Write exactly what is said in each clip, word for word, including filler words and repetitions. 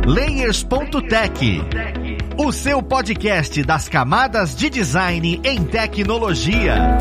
Layers ponto tech, o seu podcast das camadas de design em tecnologia.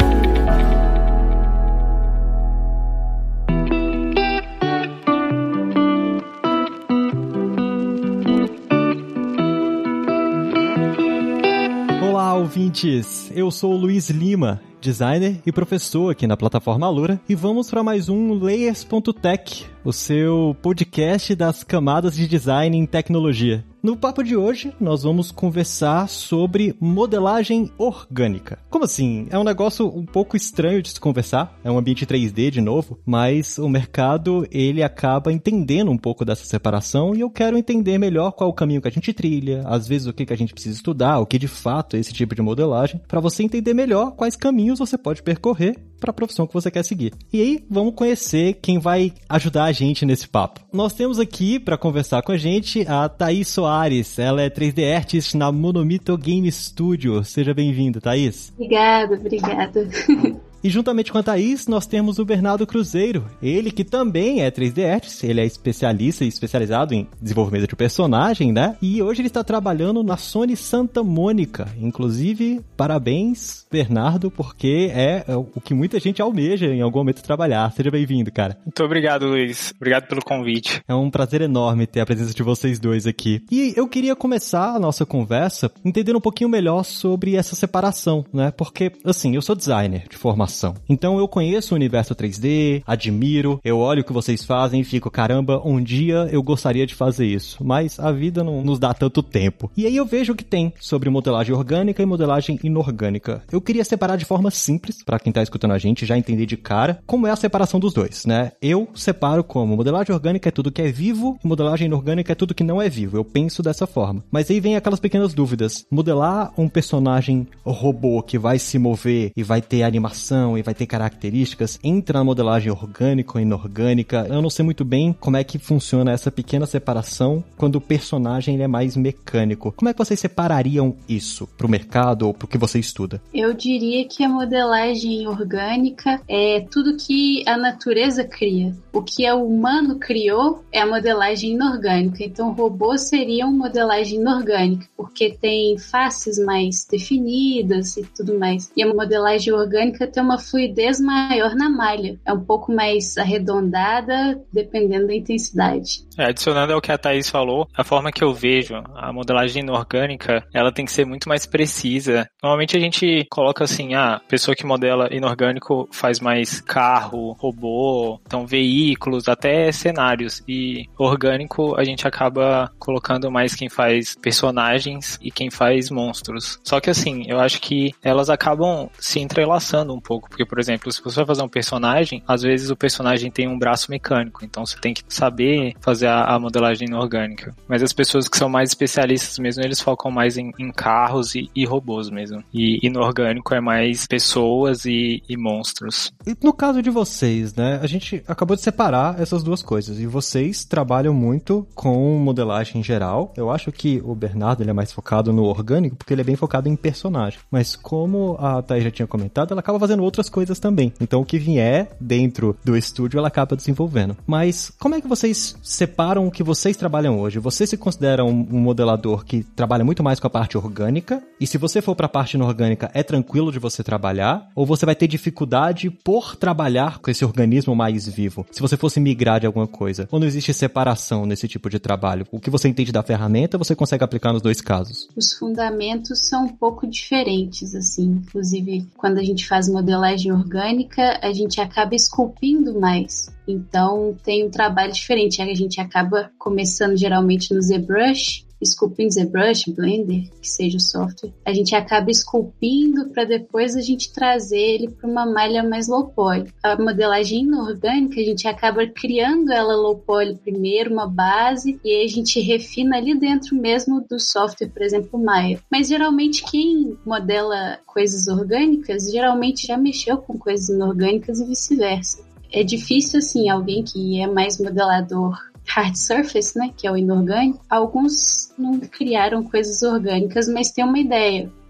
Olá, ouvintes! Eu sou o Luiz Lima, designer e professor aqui na plataforma Alura, e vamos para mais um Layers ponto tech, o seu podcast das camadas de design em tecnologia. No papo de hoje, nós vamos conversar sobre modelagem orgânica. Como assim? É um negócio um pouco estranho de se conversar, é um ambiente três D de novo, mas o mercado, ele acaba entendendo um pouco dessa separação e eu quero entender melhor qual é o caminho que a gente trilha, às vezes o que, que a gente precisa estudar, o que de fato é esse tipo de modelagem, para você entender melhor quais caminhos você pode percorrer para a profissão que você quer seguir. E aí, vamos conhecer quem vai ajudar a gente nesse papo. Nós temos aqui, para conversar com a gente, a Thaís Soares. Ela é três D Artist na Monomito Game Studio. Seja bem-vinda, Thaís. Obrigada, obrigada. E juntamente com a Thaís, nós temos o Bernardo Cruzeiro. Ele que também é três D Artist, ele é especialista e especializado em desenvolvimento de personagem, né? E hoje ele está trabalhando na Sony Santa Mônica. Inclusive, parabéns, Bernardo, porque é o que muita gente almeja em algum momento trabalhar. Seja bem-vindo, cara. Muito obrigado, Luiz. Obrigado pelo convite. É um prazer enorme ter a presença de vocês dois aqui. E eu queria começar a nossa conversa entendendo um pouquinho melhor sobre essa separação, né? Porque, assim, eu sou designer de formação. Então eu conheço o universo três D, admiro, eu olho o que vocês fazem e fico, caramba, um dia eu gostaria de fazer isso, mas a vida não nos dá tanto tempo. E aí eu vejo o que tem sobre modelagem orgânica e modelagem inorgânica. Eu queria separar de forma simples, para quem tá escutando a gente já entender de cara, como é a separação dos dois, né? Eu separo como modelagem orgânica é tudo que é vivo e modelagem inorgânica é tudo que não é vivo. Eu penso dessa forma. Mas aí vem aquelas pequenas dúvidas. Modelar um personagem robô que vai se mover e vai ter animação e vai ter características, entra na modelagem orgânica ou inorgânica. Eu não sei muito bem como é que funciona essa pequena separação quando o personagem ele é mais mecânico. Como é que vocês separariam isso pro mercado ou pro que você estuda? Eu diria que a modelagem orgânica é tudo que a natureza cria. O que o humano criou é a modelagem inorgânica. Então, o robô seria uma modelagem inorgânica, porque tem faces mais definidas e tudo mais. E a modelagem orgânica tem uma fluidez maior na malha. É um pouco mais arredondada, dependendo da intensidade. É, adicionando ao que a Thaís falou, a forma que eu vejo a modelagem inorgânica, ela tem que ser muito mais precisa. Normalmente a gente coloca assim, ah, a pessoa que modela inorgânico faz mais carro, robô, então veículos, até cenários. E orgânico a gente acaba colocando mais quem faz personagens e quem faz monstros. Só que assim, eu acho que elas acabam se entrelaçando um pouco, porque, por exemplo, se você vai fazer um personagem, às vezes o personagem tem um braço mecânico, então você tem que saber fazer a, a modelagem inorgânica. Mas as pessoas que são mais especialistas mesmo, eles focam mais em, em carros e, e robôs mesmo. E inorgânico é mais pessoas e, e monstros. E no caso de vocês, né, a gente acabou de separar essas duas coisas, e vocês trabalham muito com modelagem em geral. Eu acho que o Bernardo ele é mais focado no orgânico, porque ele é bem focado em personagem. Mas como a Thaís já tinha comentado, ela acaba fazendo outras coisas também. Então o que vier dentro do estúdio, ela acaba desenvolvendo. Mas como é que vocês separam o que vocês trabalham hoje? Você se considera um, um modelador que trabalha muito mais com a parte orgânica? E se você for para a parte inorgânica, é tranquilo de você trabalhar? Ou você vai ter dificuldade por trabalhar com esse organismo mais vivo? Se você fosse migrar de alguma coisa? Ou não existe separação nesse tipo de trabalho? O que você entende da ferramenta, você consegue aplicar nos dois casos? Os fundamentos são um pouco diferentes, assim. Inclusive, quando a gente faz modelagem orgânica, a gente acaba esculpindo mais. Então, tem um trabalho diferente. A gente acaba começando geralmente no ZBrush, esculpindo ZBrush, Blender, que seja o software. A gente acaba esculpindo para depois a gente trazer ele para uma malha mais low poly. A modelagem inorgânica, a gente acaba criando ela low poly primeiro, uma base, e aí a gente refina ali dentro mesmo do software, por exemplo, Maya. Mas geralmente quem modela coisas orgânicas, geralmente já mexeu com coisas inorgânicas e vice-versa. É difícil, assim, alguém que é mais modelador hard surface, né, que é o inorgânico. Alguns não criaram coisas orgânicas, mas tem uma ideia.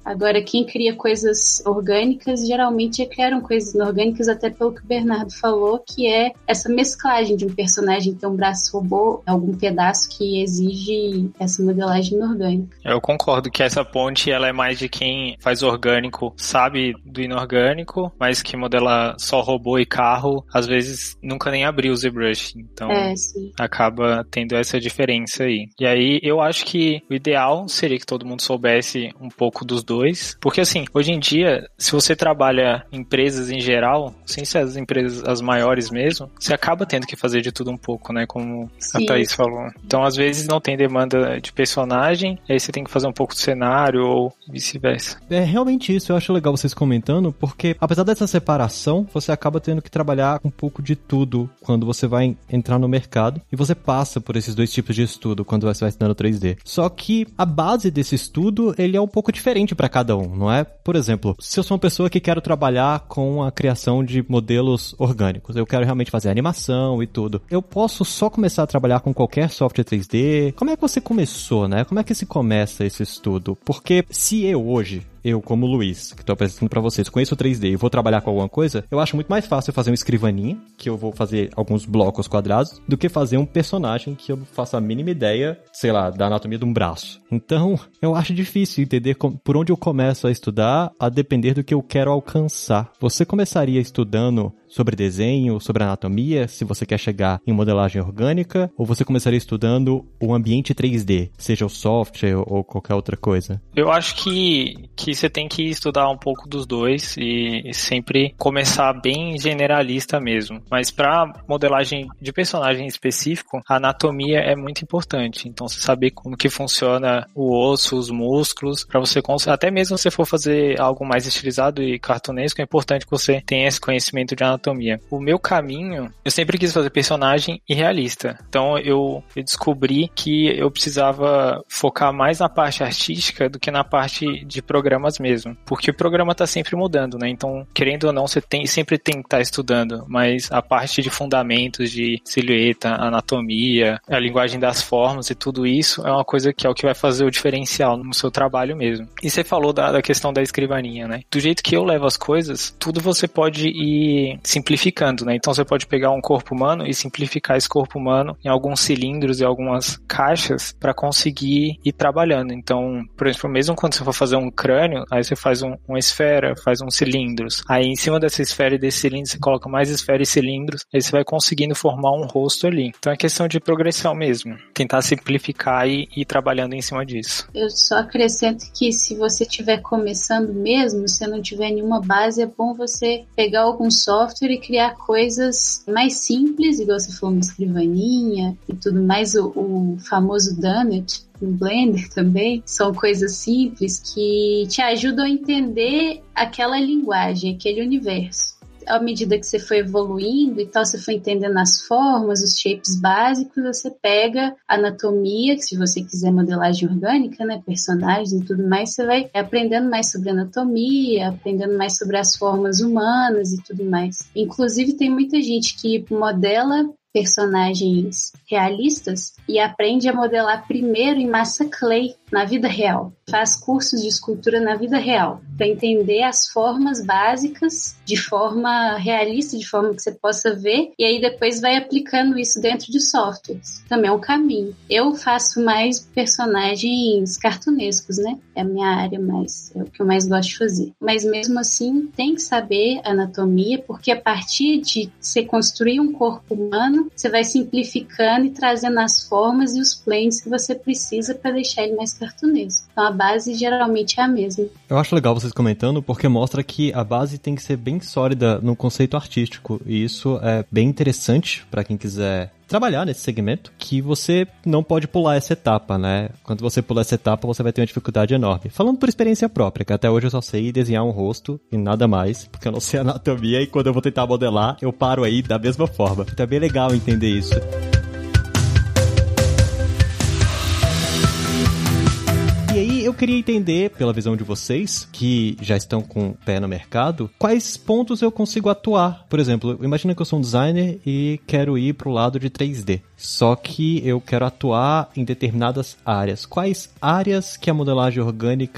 Agora, quem cria coisas orgânicas, geralmente criaram coisas inorgânicas, até pelo que o Bernardo falou, que é essa mesclagem de um personagem ter um braço robô, algum pedaço que exige essa modelagem inorgânica. Eu concordo que essa ponte, ela é mais de quem faz orgânico, sabe do inorgânico, mas que modela só robô e carro, às vezes nunca nem abriu o ZBrush, então é, sim. acaba tendo essa diferença aí. E aí, eu acho que o ideal seria que todo mundo soubesse um pouco dos dois, porque assim, hoje em dia, se você trabalha em empresas em geral, sem ser as empresas as maiores mesmo, você acaba tendo que fazer de tudo um pouco, né, como Sim. a Thaís falou. Então, às vezes, não tem demanda de personagem, aí você tem que fazer um pouco de cenário ou vice-versa. É realmente isso, eu acho legal vocês comentando, porque apesar dessa separação, você acaba tendo que trabalhar um pouco de tudo quando você vai entrar no mercado, e você passa por esses dois tipos de estudo quando você vai estudando três D. Só que a base desse estudo, ele é um pouco diferente para cada um, não é? Por exemplo, se eu sou uma pessoa que quero trabalhar com a criação de modelos orgânicos, eu quero realmente fazer animação e tudo, eu posso só começar a trabalhar com qualquer software três D? Como é que você começou, né? Como é que se começa esse estudo? Porque se eu hoje, eu como Luiz, que estou apresentando para vocês, conheço o três D e vou trabalhar com alguma coisa, eu acho muito mais fácil fazer uma escrivaninha, que eu vou fazer alguns blocos quadrados, do que fazer um personagem que eu não faço a mínima ideia, sei lá, da anatomia de um braço. Então, eu acho difícil entender com, por onde eu começo a estudar, a depender do que eu quero alcançar. Você começaria estudando sobre desenho, sobre anatomia, se você quer chegar em modelagem orgânica, ou você começaria estudando o ambiente três D, seja o software ou qualquer outra coisa? Eu acho que, que você tem que estudar um pouco dos dois e, e sempre começar bem generalista mesmo. Mas para modelagem de personagem específico, a anatomia é muito importante. Então, você saber como que funciona o osso, os músculos, para você conseguir, até mesmo se você for fazer algo mais estilizado e cartunesco, é importante que você tenha esse conhecimento de anatomia. O meu caminho, eu sempre quis fazer personagem e realista. Então eu, eu descobri que eu precisava focar mais na parte artística do que na parte de programas mesmo. Porque o programa está sempre mudando, né? Então, querendo ou não, você tem, sempre tem que estar estudando. Mas a parte de fundamentos, de silhueta, anatomia, a linguagem das formas e tudo isso é uma coisa que é o que vai fazer o diferencial no seu trabalho mesmo. E você falou da, da questão da escrivaninha, né? Do jeito que eu levo as coisas, tudo você pode ir simplificando, né? Então você pode pegar um corpo humano e simplificar esse corpo humano em alguns cilindros e algumas caixas para conseguir ir trabalhando. Então, por exemplo, mesmo quando você for fazer um crânio, aí você faz um, uma esfera, faz uns cilindros. Aí em cima dessa esfera e desse cilindro você coloca mais esfera e cilindros, aí você vai conseguindo formar um rosto ali. Então é questão de progressão mesmo. Tentar simplificar e ir trabalhando em cima disso. Eu só acrescento que se você estiver começando mesmo, se não tiver nenhuma base, é bom você pegar algum software e criar coisas mais simples, igual você falou, uma escrivaninha e tudo mais, o, o famoso donut no Blender também, são coisas simples que te ajudam a entender aquela linguagem, aquele universo. À medida que você foi evoluindo e tal, você foi entendendo as formas, os shapes básicos, você pega a anatomia, que se você quiser modelagem orgânica, né, personagens e tudo mais, você vai aprendendo mais sobre anatomia, aprendendo mais sobre as formas humanas e tudo mais. Inclusive, tem muita gente que modela personagens realistas e aprende a modelar primeiro em massa clay, na vida real. Faz cursos de escultura na vida real, para entender as formas básicas de forma realista, de forma que você possa ver, e aí depois vai aplicando isso dentro de softwares. Também é um caminho. Eu faço mais personagens cartunescos, né? É a minha área mais, é o que eu mais gosto de fazer. Mas mesmo assim, tem que saber anatomia, porque a partir de você construir um corpo humano, você vai simplificando e trazendo as formas e os planes que você precisa para deixar ele mais cartunesco. Então a base geralmente é a mesma. Eu acho legal vocês comentando, porque mostra que a base tem que ser bem sólida no conceito artístico, e isso é bem interessante para quem quiser trabalhar nesse segmento, que você não pode pular essa etapa, né? Quando você pular essa etapa, você vai ter uma dificuldade enorme. Falando por experiência própria, que até hoje eu só sei desenhar um rosto e nada mais, porque eu não sei anatomia, e quando eu vou tentar modelar, eu paro aí da mesma forma. Então é bem legal entender isso. E aí eu queria entender, pela visão de vocês, que já estão com o pé no mercado, quais pontos eu consigo atuar. Por exemplo, imagina que eu sou um designer e quero ir para o lado de três D. Só que eu quero atuar em determinadas áreas. Quais áreas que a modelagem orgânica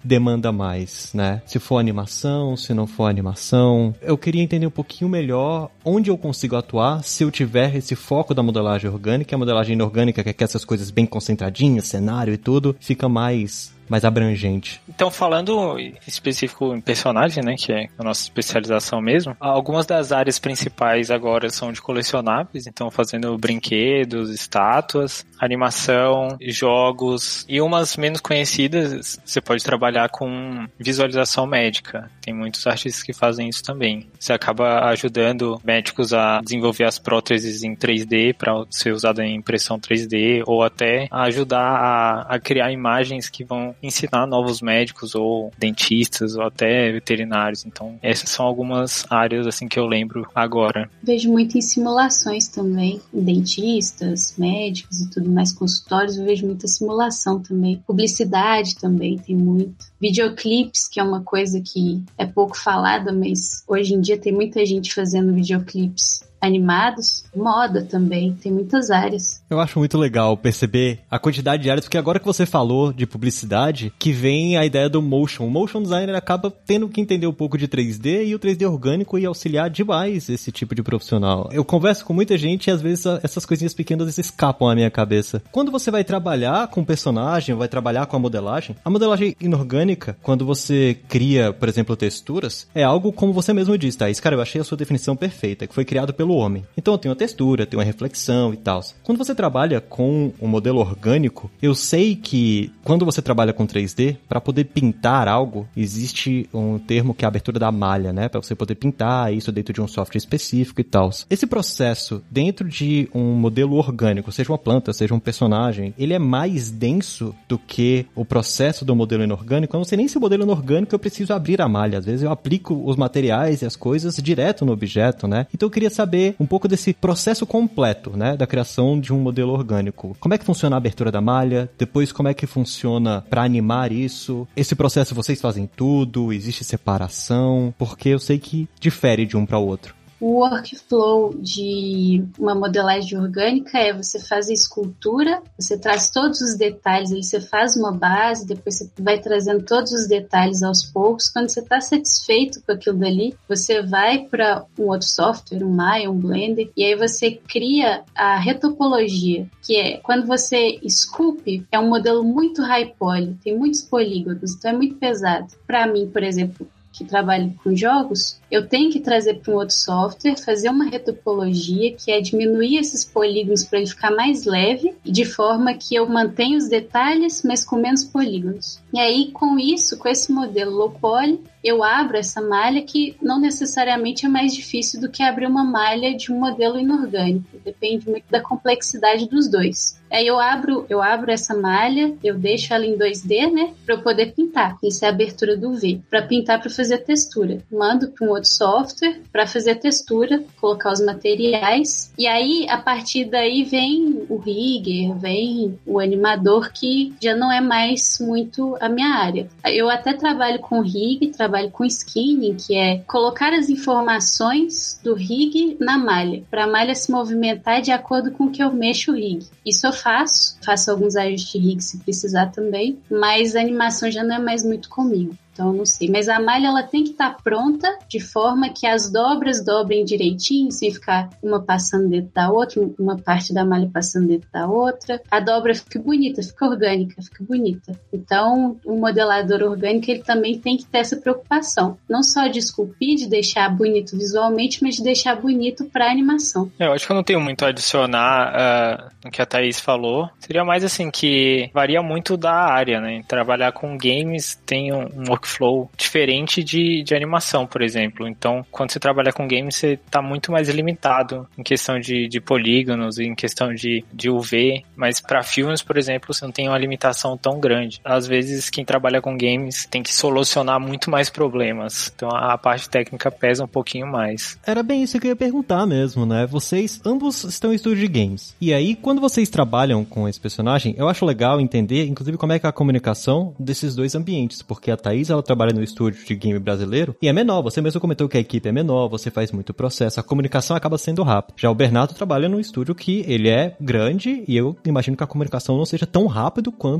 demanda mais, né? Se for animação, se não for animação. Eu queria entender um pouquinho melhor onde eu consigo atuar se eu tiver esse foco da modelagem orgânica. A modelagem inorgânica, que é essas coisas bem concentradinhas, cenário e tudo, fica mais... mais abrangente. Então, falando específico em personagem, né, que é a nossa especialização mesmo, algumas das áreas principais agora são de colecionáveis, então fazendo brinquedos, estátuas, animação, jogos, e umas menos conhecidas, você pode trabalhar com visualização médica. Tem muitos artistas que fazem isso também. Você acaba ajudando médicos a desenvolver as próteses em três D para ser usada em impressão três D, ou até a ajudar a, a criar imagens que vão ensinar novos médicos ou dentistas ou até veterinários. Então, essas são algumas áreas assim que eu lembro agora. Vejo muito em simulações também, dentistas, médicos e tudo mais, consultórios, eu vejo muita simulação também. Publicidade também tem muito. Videoclipes, que é uma coisa que é pouco falada, mas hoje em dia tem muita gente fazendo videoclipes animados, moda também, tem muitas áreas. Eu acho muito legal perceber a quantidade de áreas, porque agora que você falou de publicidade, que vem a ideia do motion. O motion designer acaba tendo que entender um pouco de três D e o três D orgânico e auxiliar demais esse tipo de profissional. Eu converso com muita gente e às vezes essas coisinhas pequenas escapam à minha cabeça. Quando você vai trabalhar com personagem, vai trabalhar com a modelagem, a modelagem inorgânica, quando você cria, por exemplo, texturas, é algo como você mesmo disse, Thaís. Cara, eu achei a sua definição perfeita, que foi criado pelo homem. Então tem uma textura, tem uma reflexão e tal. Quando você trabalha com um modelo orgânico, eu sei que quando você trabalha com três D, para poder pintar algo, existe um termo que é a abertura da malha, né? Para você poder pintar isso dentro de um software específico e tal. Esse processo dentro de um modelo orgânico, seja uma planta, seja um personagem, ele é mais denso do que o processo do modelo inorgânico. Eu não sei nem se o modelo inorgânico eu preciso abrir a malha. Às vezes eu aplico os materiais e as coisas direto no objeto, né? Então eu queria saber um pouco desse processo completo, né, da criação de um modelo orgânico. Como é que funciona a abertura da malha? Depois, como é que funciona para animar isso? Esse processo vocês fazem tudo? Existe separação? Porque eu sei que difere de um para o outro. O workflow de uma modelagem orgânica é você faz a escultura, você traz todos os detalhes, aí você faz uma base, depois você vai trazendo todos os detalhes aos poucos. Quando você está satisfeito com aquilo dali, você vai para um outro software, um Maya, um Blender, e aí você cria a retopologia, que é quando você esculpe, é um modelo muito high poly, tem muitos polígonos, então é muito pesado. Para mim, por exemplo, que trabalho com jogos, eu tenho que trazer para um outro software, fazer uma retopologia, que é diminuir esses polígonos para ele ficar mais leve, de forma que eu mantenha os detalhes, mas com menos polígonos. E aí, com isso, com esse modelo low poly, eu abro essa malha que não necessariamente é mais difícil do que abrir uma malha de um modelo inorgânico. Depende muito da complexidade dos dois. Aí eu abro, eu abro essa malha, eu deixo ela em dois D, né? Para eu poder pintar. Isso é a abertura do V. Para pintar, para fazer a textura. Mando para um outro software para fazer a textura, colocar os materiais. E aí, a partir daí, vem o rigger, vem o animador, que já não é mais muito a minha área. Eu até trabalho com rig, trabalho com skinning, que é colocar as informações do rig na malha, para a malha se movimentar de acordo com o que eu mexo o rig. Isso eu faço, faço alguns ajustes de rig se precisar também, mas a animação já não é mais muito comigo. Então, eu não sei. Mas a malha, ela tem que estar pronta de forma que as dobras dobrem direitinho, sem ficar uma passando dentro da outra, uma parte da malha passando dentro da outra. A dobra fica bonita, fica orgânica, fica bonita. Então, o modelador orgânico, ele também tem que ter essa preocupação. Não só de esculpir, de deixar bonito visualmente, mas de deixar bonito para a animação. Eu acho que eu não tenho muito a adicionar uh, no que a Thaís falou. Seria mais assim, que varia muito da área, né? Trabalhar com games tem um, um workflow diferente de, de animação, por exemplo. Então, quando você trabalha com games, você está muito mais limitado em questão de, de polígonos, em questão de, de U V, mas para filmes, por exemplo, você não tem uma limitação tão grande. Às vezes, quem trabalha com games tem que solucionar muito mais problemas. Então, a, a parte técnica pesa um pouquinho mais. Era bem isso que eu ia perguntar mesmo, né? Vocês, ambos estão em estúdio de games. E aí, quando vocês trabalham com esse personagem, eu acho legal entender, inclusive, como é que é a comunicação desses dois ambientes, porque a Thaís, ela trabalha no estúdio de game brasileiro e é menor, você mesmo comentou que a equipe é menor, você faz muito processo, a comunicação acaba sendo rápida. Já o Bernardo trabalha num estúdio que ele é grande e eu imagino que a comunicação não seja tão rápido quanto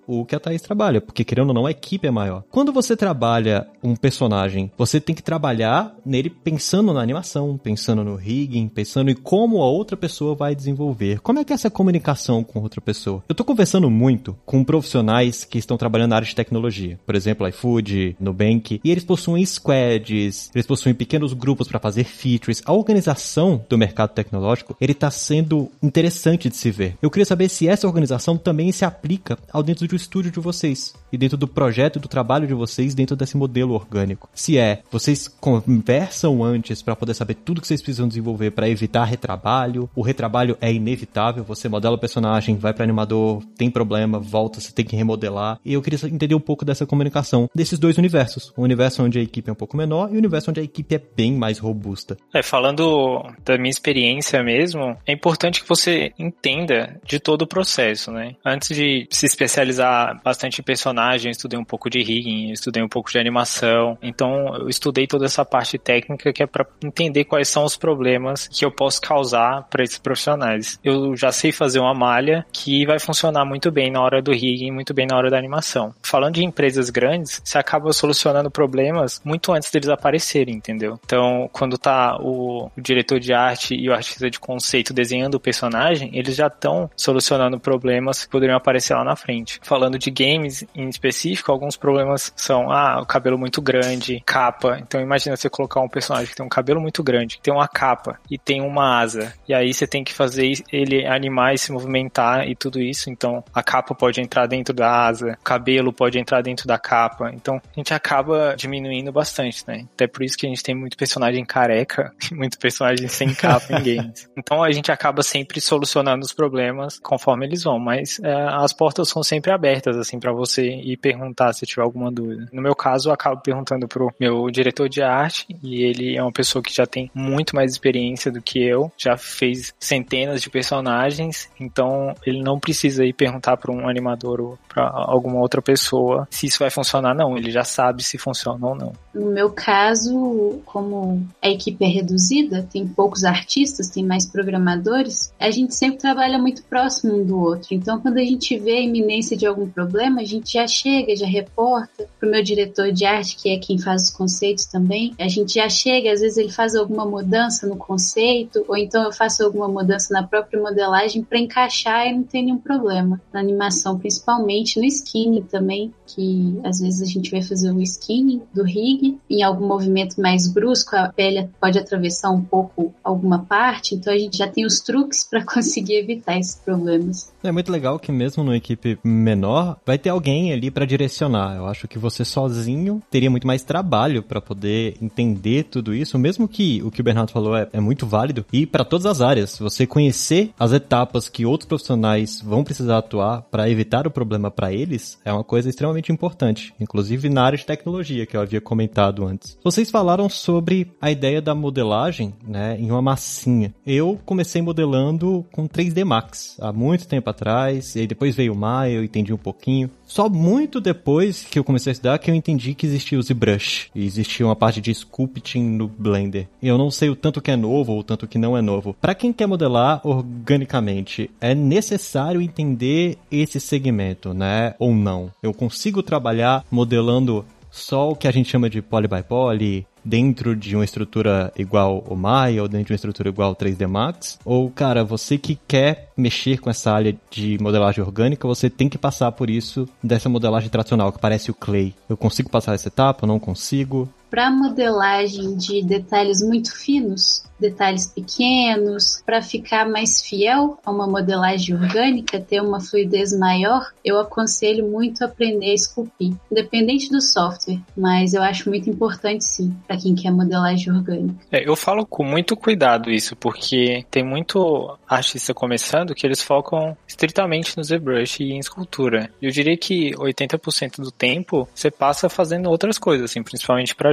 o que a Thaís trabalha, porque querendo ou não, a equipe é maior. Quando você trabalha um personagem, você tem que trabalhar nele pensando na animação, pensando no rigging, pensando em como a outra pessoa vai desenvolver. Como é que é essa comunicação com outra pessoa? Eu tô conversando muito com profissionais que estão trabalhando na área de tecnologia. Por exemplo, iFood, Nubank, e eles possuem squads, eles possuem pequenos grupos para fazer features. A organização do mercado tecnológico, ele tá sendo interessante de se ver. Eu queria saber se essa organização também se aplica ao dentro do estúdio de vocês e dentro do projeto e do trabalho de vocês dentro desse modelo orgânico. Se é, vocês conversam antes para poder saber tudo que vocês precisam desenvolver para evitar retrabalho. O retrabalho é inevitável, você modela o personagem, vai para animador, tem problema, volta, você tem que remodelar. E eu queria entender um pouco dessa comunicação desses dois universos. O universo onde a equipe é um pouco menor e o universo onde a equipe é bem mais robusta. É, falando da minha experiência mesmo, é importante que você entenda de todo o processo, né? Antes de se especializar bastante em personagem, eu estudei um pouco de rigging, eu estudei um pouco de animação. Então, eu estudei toda essa parte técnica que é para entender quais são os problemas que eu posso causar para esses profissionais. Eu já sei fazer uma malha que vai funcionar muito bem na hora do rigging, muito bem na hora da animação. Falando de empresas grandes, você acaba solucionando problemas muito antes deles aparecerem, entendeu? Então, quando tá o, o diretor de arte e o artista de conceito desenhando o personagem, eles já estão solucionando problemas que poderiam aparecer lá na frente. Falando de games em específico, alguns problemas são, ah, o cabelo muito grande, capa. Então, imagina você colocar um personagem que tem um cabelo muito grande, que tem uma capa e tem uma asa. E aí você tem que fazer ele animar e se movimentar e tudo isso. Então, a capa pode entrar dentro da asa, o cabelo pode entrar dentro da capa. Então, a gente acaba diminuindo bastante, né? Até por isso que a gente tem muito personagem careca e muito personagem sem capa em games. Então, a gente acaba sempre solucionando os problemas conforme eles vão. Mas é, as portas são sempre abertas, assim, pra você ir perguntar se tiver alguma dúvida. No meu caso, eu acabo perguntando pro meu diretor de arte e ele é uma pessoa que já tem muito mais experiência do que eu, já fez centenas de personagens, então ele não precisa ir perguntar para um animador ou para alguma outra pessoa se isso vai funcionar, não, ele já sabe se funciona ou não. No meu caso, como a equipe é reduzida, tem poucos artistas, tem mais programadores, a gente sempre trabalha muito próximo um do outro, então quando a gente vê a iminência de algum problema, a gente já chega, já reporta pro meu diretor de arte, que é quem faz os conceitos também, a gente já chega, às vezes ele faz alguma mudança no conceito, ou então eu faço alguma mudança na própria modelagem para encaixar e não tem nenhum problema. Na animação, principalmente, no skinning também, que às vezes a gente vai fazer o skinning do rig, em algum movimento mais brusco, a pele pode atravessar um pouco alguma parte, então a gente já tem os truques para conseguir evitar esses problemas. É muito legal que mesmo numa equipe menor, vai ter alguém ali para direcionar. Eu acho que você sozinho teria muito mais trabalho para poder entender tudo isso, mesmo que o que o Bernardo falou é, é muito válido, e para todas as áreas, você conhecer as etapas que outros profissionais vão precisar atuar para evitar o problema para eles, é uma coisa extremamente importante, inclusive na área de tecnologia, que eu havia comentado antes. Vocês falaram sobre a ideia da modelagem, né, em uma massinha. Eu comecei modelando com três D Max, há muito tempo atrás, e aí depois veio o Maya, eu entendi um pouquinho. Só muito depois que eu comecei a estudar que eu entendi que existia o ZBrush, e existia uma parte de sculpting no Blender. E eu não sei o tanto que é novo ou o tanto que não é novo. Para quem quer modelar organicamente, é necessário entender esse segmento, né? Ou não? Eu consigo trabalhar modelando só o que a gente chama de poly by poly, dentro de uma estrutura igual o Maya ou dentro de uma estrutura igual o três D Max? Ou, cara, você que quer mexer com essa área de modelagem orgânica, você tem que passar por isso dessa modelagem tradicional, que parece o clay. Eu consigo passar essa etapa? Eu não consigo? Para modelagem de detalhes muito finos, detalhes pequenos, para ficar mais fiel a uma modelagem orgânica, ter uma fluidez maior, eu aconselho muito aprender a esculpir, independente do software, mas eu acho muito importante sim, para quem quer modelagem orgânica. É, eu falo com muito cuidado isso, porque tem muito artista começando que eles focam estritamente no ZBrush e em escultura. Eu diria que oitenta por cento do tempo você passa fazendo outras coisas, assim, principalmente para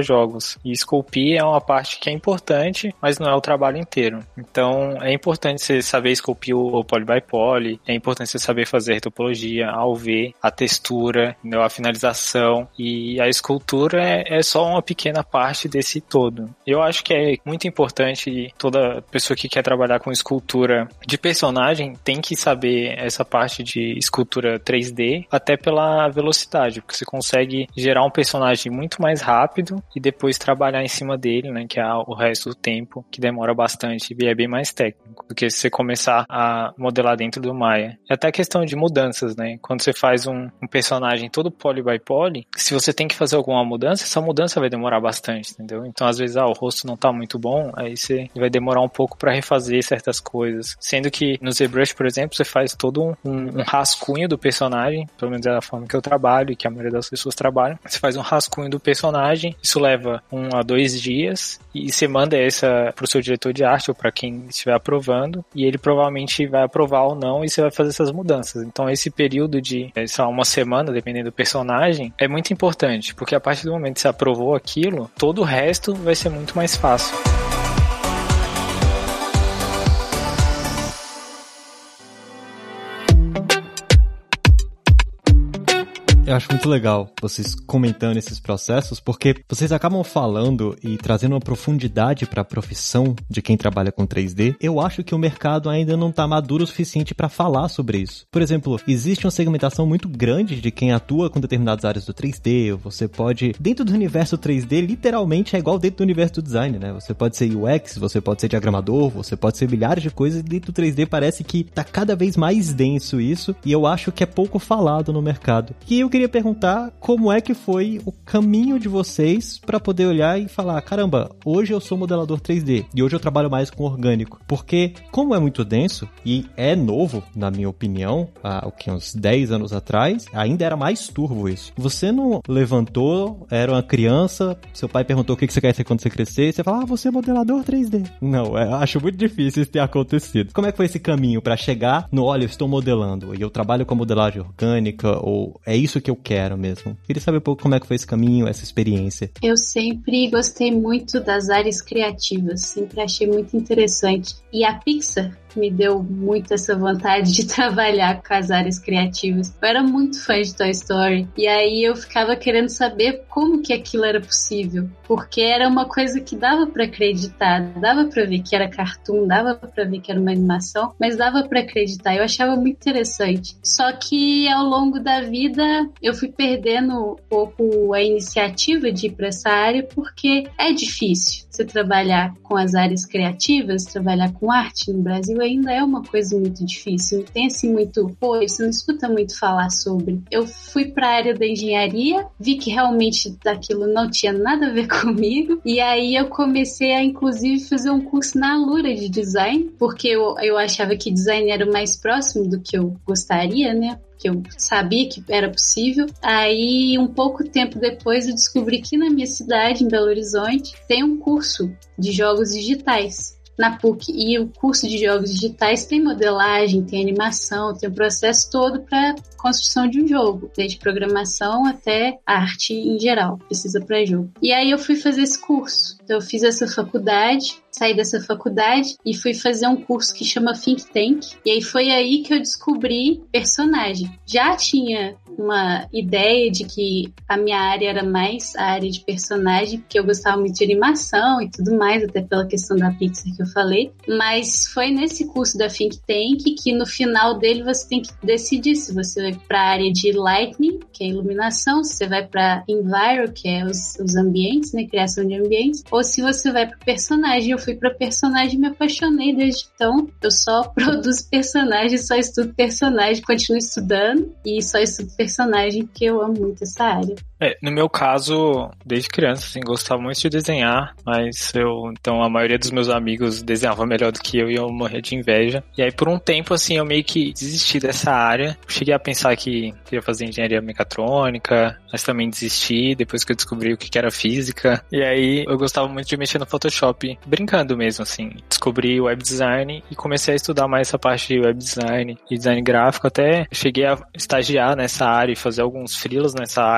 jogos. E esculpir é uma parte que é importante, mas não é o trabalho inteiro. Então, é importante você saber esculpir o poly by poly, é importante você saber fazer topologia, a U V, a textura, a finalização, e a escultura é, é só uma pequena parte desse todo. Eu acho que é muito importante, toda pessoa que quer trabalhar com escultura de personagem tem que saber essa parte de escultura três D, até pela velocidade, porque você consegue gerar um personagem muito mais rápido e depois trabalhar em cima dele, né, que é o resto do tempo, que demora bastante e é bem mais técnico do que se você começar a modelar dentro do Maya. É até questão de mudanças, né, quando você faz um, um personagem todo poly by poly, se você tem que fazer alguma mudança, essa mudança vai demorar bastante, entendeu? Então, às vezes, ah, o rosto não tá muito bom, aí você vai demorar um pouco pra refazer certas coisas. Sendo que no ZBrush, por exemplo, você faz todo um, um, um rascunho do personagem, pelo menos é a forma que eu trabalho e que a maioria das pessoas trabalham. Você faz um rascunho do personagem, isso leva um a dois dias, e você manda essa pro seu diretor de arte ou pra quem estiver aprovando, e ele provavelmente vai aprovar ou não, e você vai fazer essas mudanças. Então, esse período de, sei lá, uma semana, dependendo do personagem, é muito importante, porque a partir do momento que você aprovou aquilo, todo o resto vai ser muito mais fácil. Eu acho muito legal vocês comentando esses processos, porque vocês acabam falando e trazendo uma profundidade para a profissão de quem trabalha com três D. Eu acho que o mercado ainda não está maduro o suficiente para falar sobre isso. Por exemplo, existe uma segmentação muito grande de quem atua com determinadas áreas do três D. Você pode, dentro do universo três D, literalmente é igual dentro do universo do design, né? Você pode ser U X, você pode ser diagramador, você pode ser milhares de coisas, e dentro do três D parece que tá cada vez mais denso isso, e eu acho que é pouco falado no mercado. E eu queria perguntar como é que foi o caminho de vocês para poder olhar e falar, caramba, hoje eu sou modelador três D e hoje eu trabalho mais com orgânico, porque como é muito denso e é novo, na minha opinião, há o que, uns dez anos atrás, ainda era mais turvo isso. Você não levantou, era uma criança, seu pai perguntou o que você quer ser quando você crescer, e você fala, ah, você é modelador três D. Não, eu acho muito difícil isso ter acontecido. Como é que foi esse caminho para chegar no, olha, eu estou modelando e eu trabalho com modelagem orgânica, ou é isso que eu quero mesmo? Queria saber um pouco como é que foi esse caminho, essa experiência. Eu sempre gostei muito das áreas criativas, sempre achei muito interessante. E a Pixar me deu muito essa vontade de trabalhar com as áreas criativas. Eu era muito fã de Toy Story, e aí eu ficava querendo saber como que aquilo era possível, porque era uma coisa que dava pra acreditar, dava pra ver que era cartoon, dava pra ver que era uma animação, mas dava pra acreditar, eu achava muito interessante. Só que ao longo da vida eu fui perdendo um pouco a iniciativa de ir pra essa área, porque é difícil você trabalhar com as áreas criativas, trabalhar com arte no Brasil ainda é uma coisa muito difícil, não tem assim muito, pô, você não escuta muito falar sobre. Eu fui para a área da engenharia, vi que realmente daquilo não tinha nada a ver comigo, e aí eu comecei a inclusive fazer um curso na Alura de design, porque eu, eu achava que design era o mais próximo do que eu gostaria, né? Que eu sabia que era possível. Aí, um pouco tempo depois, eu descobri que na minha cidade, em Belo Horizonte, tem um curso de jogos digitais na P U C, e o curso de jogos digitais tem modelagem, tem animação, tem o processo todo para construção de um jogo, desde programação até arte em geral, precisa para jogo. E aí eu fui fazer esse curso, então eu fiz essa faculdade, saí dessa faculdade e fui fazer um curso que chama Think Tank, e aí foi aí que eu descobri personagem. Já tinha uma ideia de que a minha área era mais a área de personagem, porque eu gostava muito de animação e tudo mais, até pela questão da Pixar que eu falei, mas foi nesse curso da Think Tank que no final dele você tem que decidir se você vai para a área de Lighting, que é iluminação, se você vai para Enviro, que é os, os ambientes, né, criação de ambientes, ou se você vai para personagem. Eu fui para personagem e me apaixonei desde então. Eu só produzo personagem, só estudo personagem, continuo estudando e só estudo personagem porque eu amo muito essa área. É, no meu caso, desde criança, assim, gostava muito de desenhar, mas eu, então a maioria dos meus amigos desenhava melhor do que eu e eu morria de inveja. E aí por um tempo, assim, eu meio que desisti dessa área. Cheguei a pensar que queria fazer engenharia mecatrônica, mas também desisti depois que eu descobri o que era física. E aí eu gostava muito de mexer no Photoshop, brincando mesmo, assim. Descobri web design e comecei a estudar mais essa parte de web design e design gráfico. Até cheguei a estagiar nessa área e fazer alguns freelas nessa área. Comecei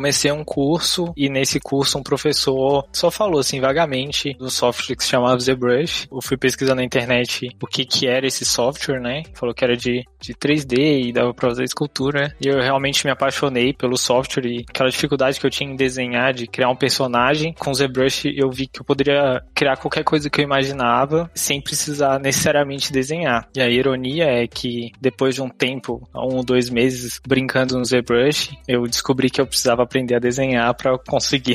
comecei um curso e nesse curso um professor só falou assim vagamente do software que se chamava ZBrush. Eu fui pesquisar na internet o que que era esse software, né? Falou que era de, de três D e dava pra fazer escultura. E eu realmente me apaixonei pelo software e aquela dificuldade que eu tinha em desenhar, de criar um personagem. Com o ZBrush eu vi que eu poderia criar qualquer coisa que eu imaginava sem precisar necessariamente desenhar. E a ironia é que depois de um tempo, um ou dois meses brincando no ZBrush, eu descobri que eu precisava aprender a desenhar para conseguir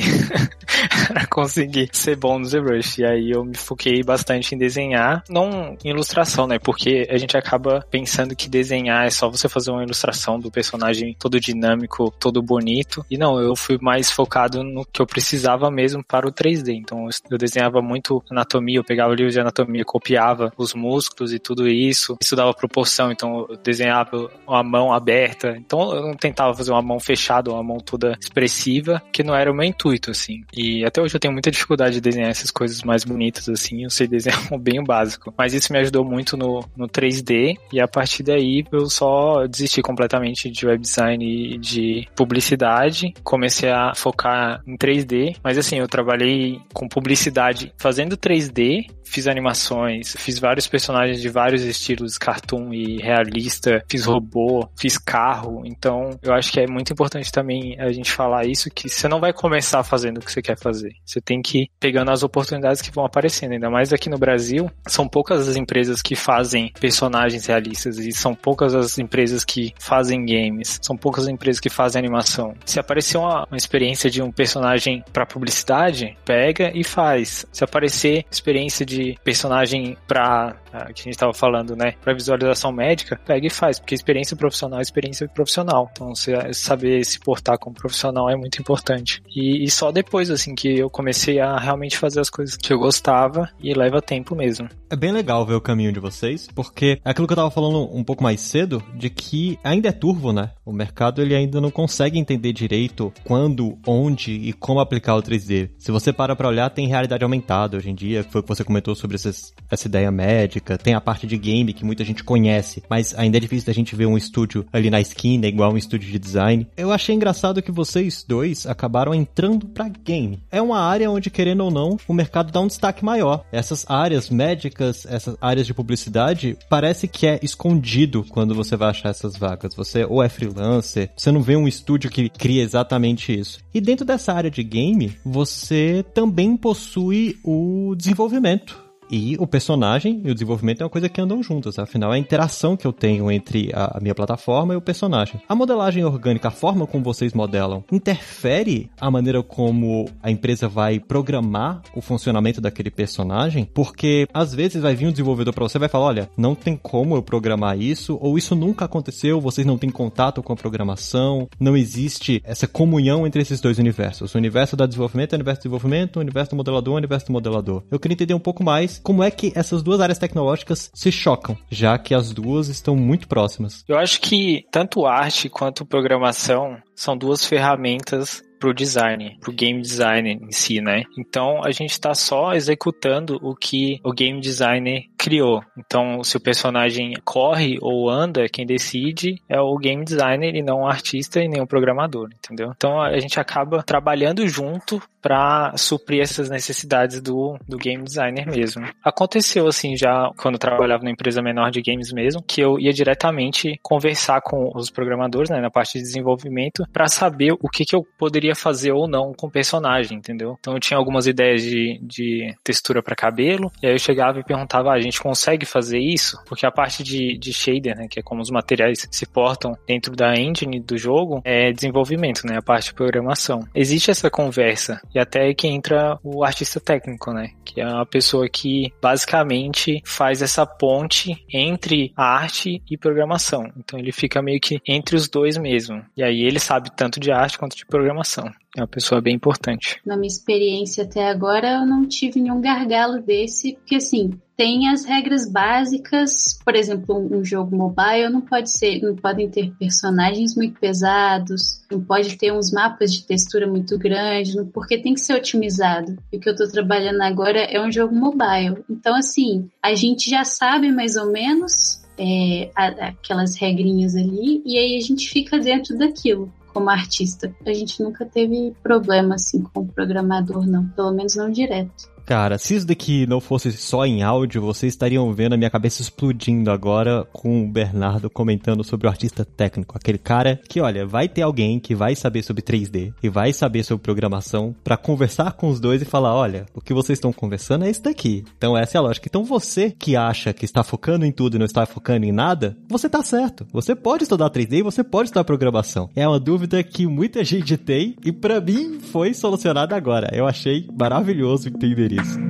para conseguir ser bom no ZBrush. E aí eu me foquei bastante em desenhar, não em ilustração, né? Porque a gente acaba pensando que desenhar é só você fazer uma ilustração do personagem todo dinâmico, todo bonito. E não, eu fui mais focado no que eu precisava mesmo para o três D. Então eu desenhava muito anatomia, eu pegava livros de anatomia, copiava os músculos e tudo isso, estudava proporção, então eu desenhava uma mão aberta. Então eu não tentava fazer uma mão fechada, uma mão toda expressiva, que não era o meu intuito, assim. E até hoje eu tenho muita dificuldade de desenhar essas coisas mais bonitas, assim, eu sei desenhar bem o básico. Mas isso me ajudou muito no, no três D, e a partir daí eu só desisti completamente de web design e de publicidade, comecei a focar em três D, mas assim, eu trabalhei com publicidade fazendo três D, fiz animações, fiz vários personagens de vários estilos, cartoon e realista, fiz robô, fiz carro, então eu acho que é muito importante também a gente falar isso, que você não vai começar fazendo o que você quer fazer, você tem que ir pegando as oportunidades que vão aparecendo, ainda mais aqui no Brasil, são poucas as empresas que fazem personagens realistas e são poucas as empresas que fazem games, são poucas as empresas que fazem animação. Se aparecer uma, uma experiência de um personagem para publicidade, pega e faz. Se aparecer experiência de personagem pra, que a gente tava falando, né, pra visualização médica, pega e faz, porque experiência profissional é experiência profissional. Então, você saber se portar como profissional é muito importante. E, e só depois, assim, que eu comecei a realmente fazer as coisas que eu gostava, e leva tempo mesmo. É bem legal ver o caminho de vocês, porque é aquilo que eu tava falando um pouco mais cedo, de que ainda é turvo, né? O mercado, ele ainda não consegue entender direito quando, onde e como aplicar o três D. Se você para pra olhar, tem realidade aumentada hoje em dia, que foi o que você comentou sobre essas, essa ideia médica, tem a parte de game que muita gente conhece, mas ainda é difícil da gente ver um estúdio ali na esquina, igual um estúdio de design. Eu achei engraçado que vocês dois acabaram entrando pra game. É uma área onde, querendo ou não, o mercado dá um destaque maior. Essas áreas médicas, essas áreas de publicidade, parece que é escondido quando você vai achar essas vagas. Você ou é freelancer, você não vê um estúdio que cria exatamente isso. E dentro dessa área de game, você também possui o desenvolvimento. E o personagem e o desenvolvimento é uma coisa que andam juntas, afinal é a interação que eu tenho entre a minha plataforma e o personagem. A modelagem orgânica, a forma como vocês modelam, interfere a maneira como a empresa vai programar o funcionamento daquele personagem? Porque às vezes vai vir um desenvolvedor para você e vai falar, olha, não tem como eu programar isso, ou isso nunca aconteceu, vocês não têm contato com a programação, não existe essa comunhão entre esses dois universos. O universo da desenvolvimento é o universo do desenvolvimento, o universo do modelador é o universo do modelador. Eu queria entender um pouco mais como é que essas duas áreas tecnológicas se chocam, já que as duas estão muito próximas. Eu acho que tanto arte quanto programação são duas ferramentas pro design, pro game design em si, né? Então a gente tá só executando o que o game designer criou. Então se o personagem corre ou anda, quem decide é o game designer e não o artista e nem o programador, entendeu? Então a gente acaba trabalhando junto para suprir essas necessidades do, do game designer mesmo. Aconteceu assim já quando eu trabalhava numa empresa menor de games mesmo, que eu ia diretamente conversar com os programadores, né, na parte de desenvolvimento, para saber o que, que eu poderia fazer ou não com o personagem, entendeu? Então eu tinha algumas ideias de, de textura para cabelo, e aí eu chegava e perguntava, ah, a gente consegue fazer isso? Porque a parte de, de shader, né, que é como os materiais se portam dentro da engine do jogo, é desenvolvimento, né, a parte de programação. Existe essa conversa, e até aí que entra o artista técnico, né, que é a pessoa que basicamente faz essa ponte entre a arte e programação. Então ele fica meio que entre os dois mesmo. E aí ele sabe tanto de arte quanto de programação. É uma pessoa bem importante. Na minha experiência até agora, eu não tive nenhum gargalo desse, porque assim, tem as regras básicas, por exemplo, um jogo mobile não pode ser, não podem ter personagens muito pesados, não pode ter uns mapas de textura muito grandes, porque tem que ser otimizado. E o que eu tô trabalhando agora é um jogo mobile. Então, assim, a gente já sabe mais ou menos é, a, aquelas regrinhas ali, e aí a gente fica dentro daquilo. como artista. A gente nunca teve problema assim com o programador, não. Pelo menos não direto. Cara, se isso daqui não fosse só em áudio, vocês estariam vendo a minha cabeça explodindo agora com o Bernardo comentando sobre o artista técnico. Aquele cara que, olha, vai ter alguém que vai saber sobre três D e vai saber sobre programação pra conversar com os dois e falar, olha, o que vocês estão conversando é isso daqui. Então essa é a lógica. Então você que acha que está focando em tudo e não está focando em nada, você tá certo. Você pode estudar três D e você pode estudar programação. É uma dúvida que muita gente tem e pra mim foi solucionada agora. Eu achei maravilhoso entender isso. Isso.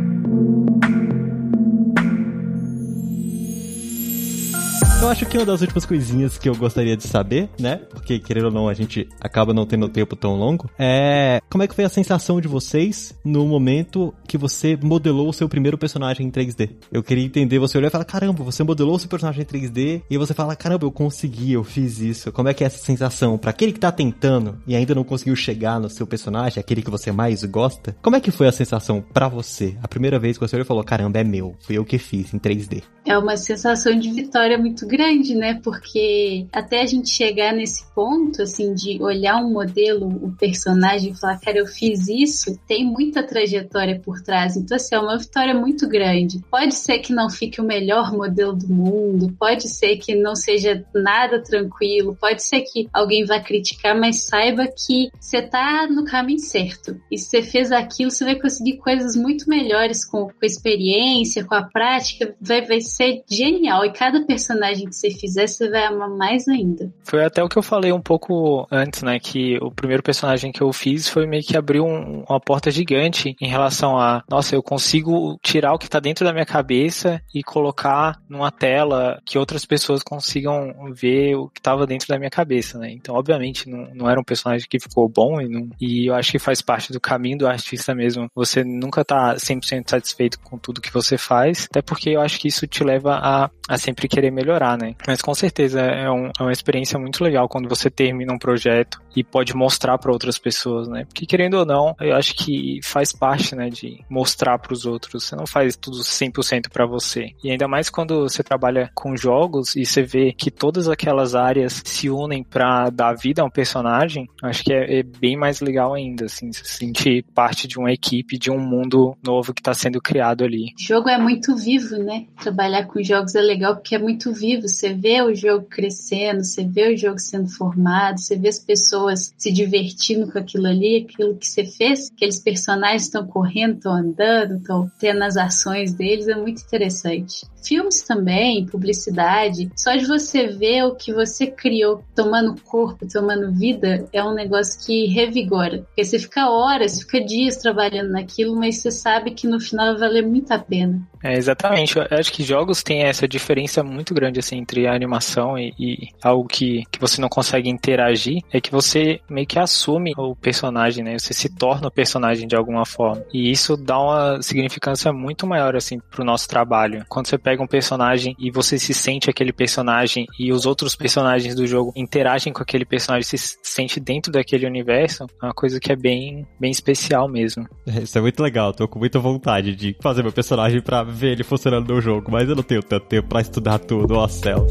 Eu acho que uma das últimas coisinhas que eu gostaria de saber, né, porque querendo ou não a gente acaba não tendo tempo tão longo, é como é que foi a sensação de vocês no momento que você modelou o seu primeiro personagem em três D. Eu queria entender, você olhou e falar, caramba, você modelou o seu personagem em três D e você fala, caramba, eu consegui, eu fiz isso. Como é que é essa sensação? Pra aquele que tá tentando e ainda não conseguiu chegar no seu personagem, aquele que você mais gosta, como é que foi a sensação pra você? A primeira vez que você olhou e falou, caramba, é meu, fui eu que fiz em três D. É uma sensação de vitória muito grande, né? Porque até a gente chegar nesse ponto, assim, de olhar um modelo, o personagem e falar, cara, eu fiz isso, tem muita trajetória por trás. Então, assim, é uma vitória muito grande. Pode ser que não fique o melhor modelo do mundo, pode ser que não seja nada tranquilo, pode ser que alguém vá criticar, mas saiba que você tá no caminho certo. E se você fez aquilo, você vai conseguir coisas muito melhores com, com a experiência, com a prática, vai, vai ser genial. E cada personagem que você fizer, você vai amar mais ainda. Foi até o que eu falei um pouco antes, né, que o primeiro personagem que eu fiz foi meio que abrir um, uma porta gigante em relação a, nossa, eu consigo tirar o que tá dentro da minha cabeça e colocar numa tela que outras pessoas consigam ver o que tava dentro da minha cabeça, né. Então, obviamente, não, não era um personagem que ficou bom e, não, e eu acho que faz parte do caminho do artista mesmo. Você nunca tá cem por cento satisfeito com tudo que você faz, até porque eu acho que isso te leva a, a sempre querer melhorar, né? Mas com certeza é, um, é uma experiência muito legal quando você termina um projeto e pode mostrar para outras pessoas, né? Porque querendo ou não, eu acho que faz parte, né, de mostrar para os outros. Você não faz tudo cem por cento para você. E ainda mais quando você trabalha com jogos e você vê que todas aquelas áreas se unem para dar vida a um personagem, acho que é, é bem mais legal ainda, assim, se sentir parte de uma equipe, de um mundo novo que está sendo criado ali. O jogo é muito vivo, né? Trabalhar com jogos é legal porque é muito vivo. Você vê o jogo crescendo, você vê o jogo sendo formado, você vê as pessoas se divertindo com aquilo ali, aquilo que você fez, aqueles personagens estão correndo, estão andando, estão tendo as ações deles, é muito interessante. Filmes também, publicidade, só de você ver o que você criou tomando corpo, tomando vida, é um negócio que revigora. Porque você fica horas, fica dias trabalhando naquilo, mas você sabe que no final vai valer muito a pena. É, exatamente. Eu acho que jogos têm essa diferença muito grande assim, entre a animação e, e algo que, que você não consegue interagir, é que você meio que assume o personagem, né? Você se torna o personagem de alguma forma. E isso dá uma significância muito maior assim, pro nosso trabalho. Quando você pega um personagem e você se sente aquele personagem e os outros personagens do jogo interagem com aquele personagem, se sente dentro daquele universo, é uma coisa que é bem, bem especial mesmo. Isso é muito legal. Tô com muita vontade de fazer meu personagem pra ver ele funcionando no jogo, mas eu não tenho tanto tempo pra estudar tudo, ó céus.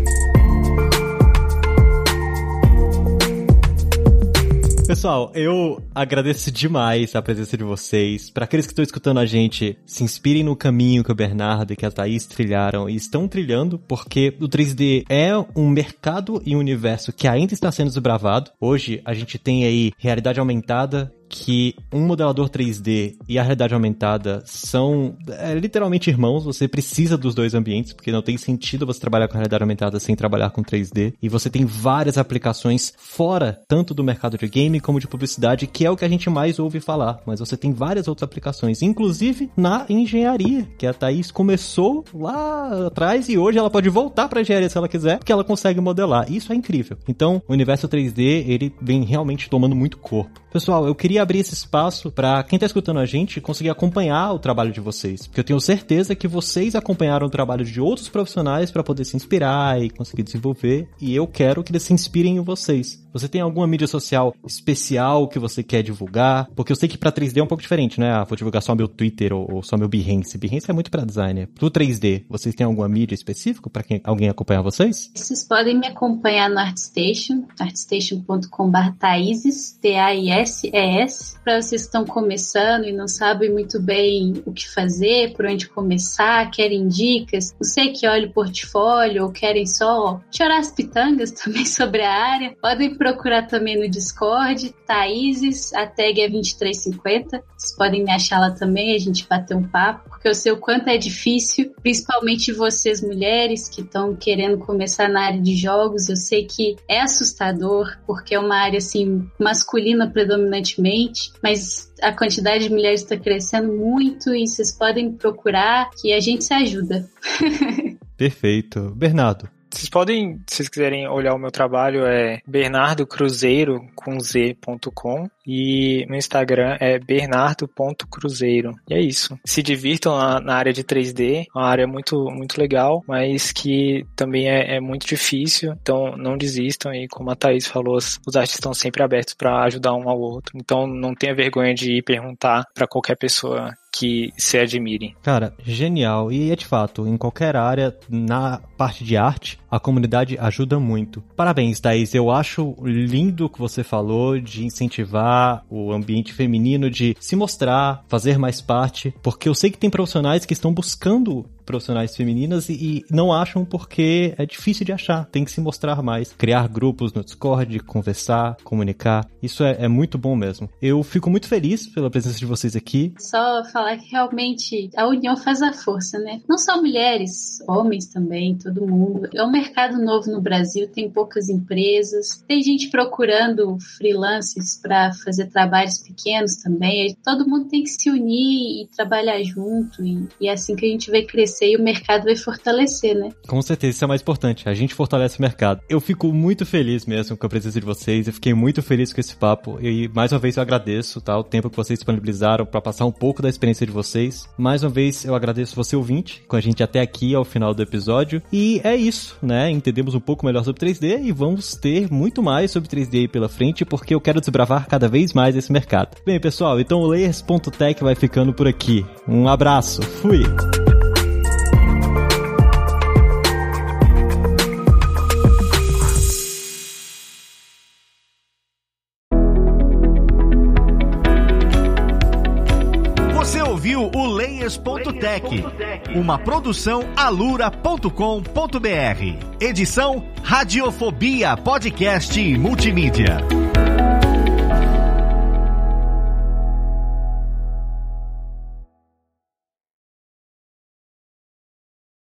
Pessoal, eu agradeço demais a presença de vocês. Para aqueles que estão escutando a gente, se inspirem no caminho que o Bernardo e que a Thaís trilharam e estão trilhando, porque o três D é um mercado e um universo que ainda está sendo desbravado. Hoje a gente tem aí realidade aumentada, que um modelador três D e a realidade aumentada são é, literalmente irmãos. Você precisa dos dois ambientes, porque não tem sentido você trabalhar com a realidade aumentada sem trabalhar com três D. E você tem várias aplicações fora, tanto do mercado de game como de publicidade, que é o que a gente mais ouve falar. Mas você tem várias outras aplicações, inclusive na engenharia, que a Thaís começou lá atrás e hoje ela pode voltar pra engenharia se ela quiser, porque ela consegue modelar. Isso é incrível. Então, o universo três D, ele vem realmente tomando muito corpo. Pessoal, eu queria abrir esse espaço para quem tá escutando a gente conseguir acompanhar o trabalho de vocês, porque eu tenho certeza que vocês acompanharam o trabalho de outros profissionais para poder se inspirar e conseguir desenvolver, e eu quero que eles se inspirem em vocês. Você tem alguma mídia social especial que você quer divulgar? Porque eu sei que pra três D é um pouco diferente, né? Ah, vou divulgar só meu Twitter ou, ou só meu Behance. Behance é muito pra designer. Pro três D, vocês têm alguma mídia específica pra quem, alguém acompanhar vocês? Vocês podem me acompanhar no ArtStation, artstation ponto com barra Thaíses, T A I S E S. Pra vocês que estão começando e não sabem muito bem o que fazer, por onde começar, querem dicas, não sei, que olhe o portfólio ou querem só chorar as pitangas também sobre a área, podem procurar também no Discord, Thaíses, a tag é vinte e três cinquenta. Vocês podem me achar lá também, a gente bater um papo, porque eu sei o quanto é difícil, principalmente vocês mulheres que estão querendo começar na área de jogos. Eu sei que é assustador, porque é uma área assim masculina predominantemente, mas a quantidade de mulheres está crescendo muito e vocês podem procurar que a gente se ajuda. Perfeito. Bernardo. Vocês podem, se vocês quiserem olhar o meu trabalho, é bernardo cruzeiro com z ponto com e no Instagram é bernardo ponto cruzeiro. E é isso. Se divirtam na, na área de três D, uma área muito, muito legal, mas que também é, é muito difícil, então não desistam. E como a Thaís falou, os artistas estão sempre abertos para ajudar um ao outro. Então não tenha vergonha de ir perguntar para qualquer pessoa que se admire. Cara, genial. E é de fato, em qualquer área, na parte de arte, a comunidade ajuda muito. Parabéns, Thaís. Eu acho lindo o que você falou de incentivar o ambiente feminino, de se mostrar, fazer mais parte, porque eu sei que tem profissionais que estão buscando profissionais femininas e, e não acham porque é difícil de achar, tem que se mostrar mais, criar grupos no Discord, conversar, comunicar, isso é, é muito bom mesmo. Eu fico muito feliz pela presença de vocês aqui. Só falar que realmente a união faz a força, né? Não só mulheres, homens também, todo mundo. É um mercado novo no Brasil, tem poucas empresas, tem gente procurando freelancers para fazer trabalhos pequenos também, todo mundo tem que se unir e trabalhar junto, e, e é assim que a gente vai crescer e o mercado vai fortalecer, né? Com certeza, isso é mais importante. A gente fortalece o mercado. Eu fico muito feliz mesmo com a presença de vocês. Eu fiquei muito feliz com esse papo. E mais uma vez eu agradeço, tá? O tempo que vocês disponibilizaram para passar um pouco da experiência de vocês. Mais uma vez eu agradeço você, ouvinte, com a gente até aqui ao final do episódio. E é isso, né? Entendemos um pouco melhor sobre três D e vamos ter muito mais sobre três D aí pela frente, porque eu quero desbravar cada vez mais esse mercado. Bem, pessoal, então o Layers ponto tech vai ficando por aqui. Um abraço. Fui! O Layers ponto tech, uma produção alura ponto com ponto br. Edição Radiofobia Podcast e Multimídia.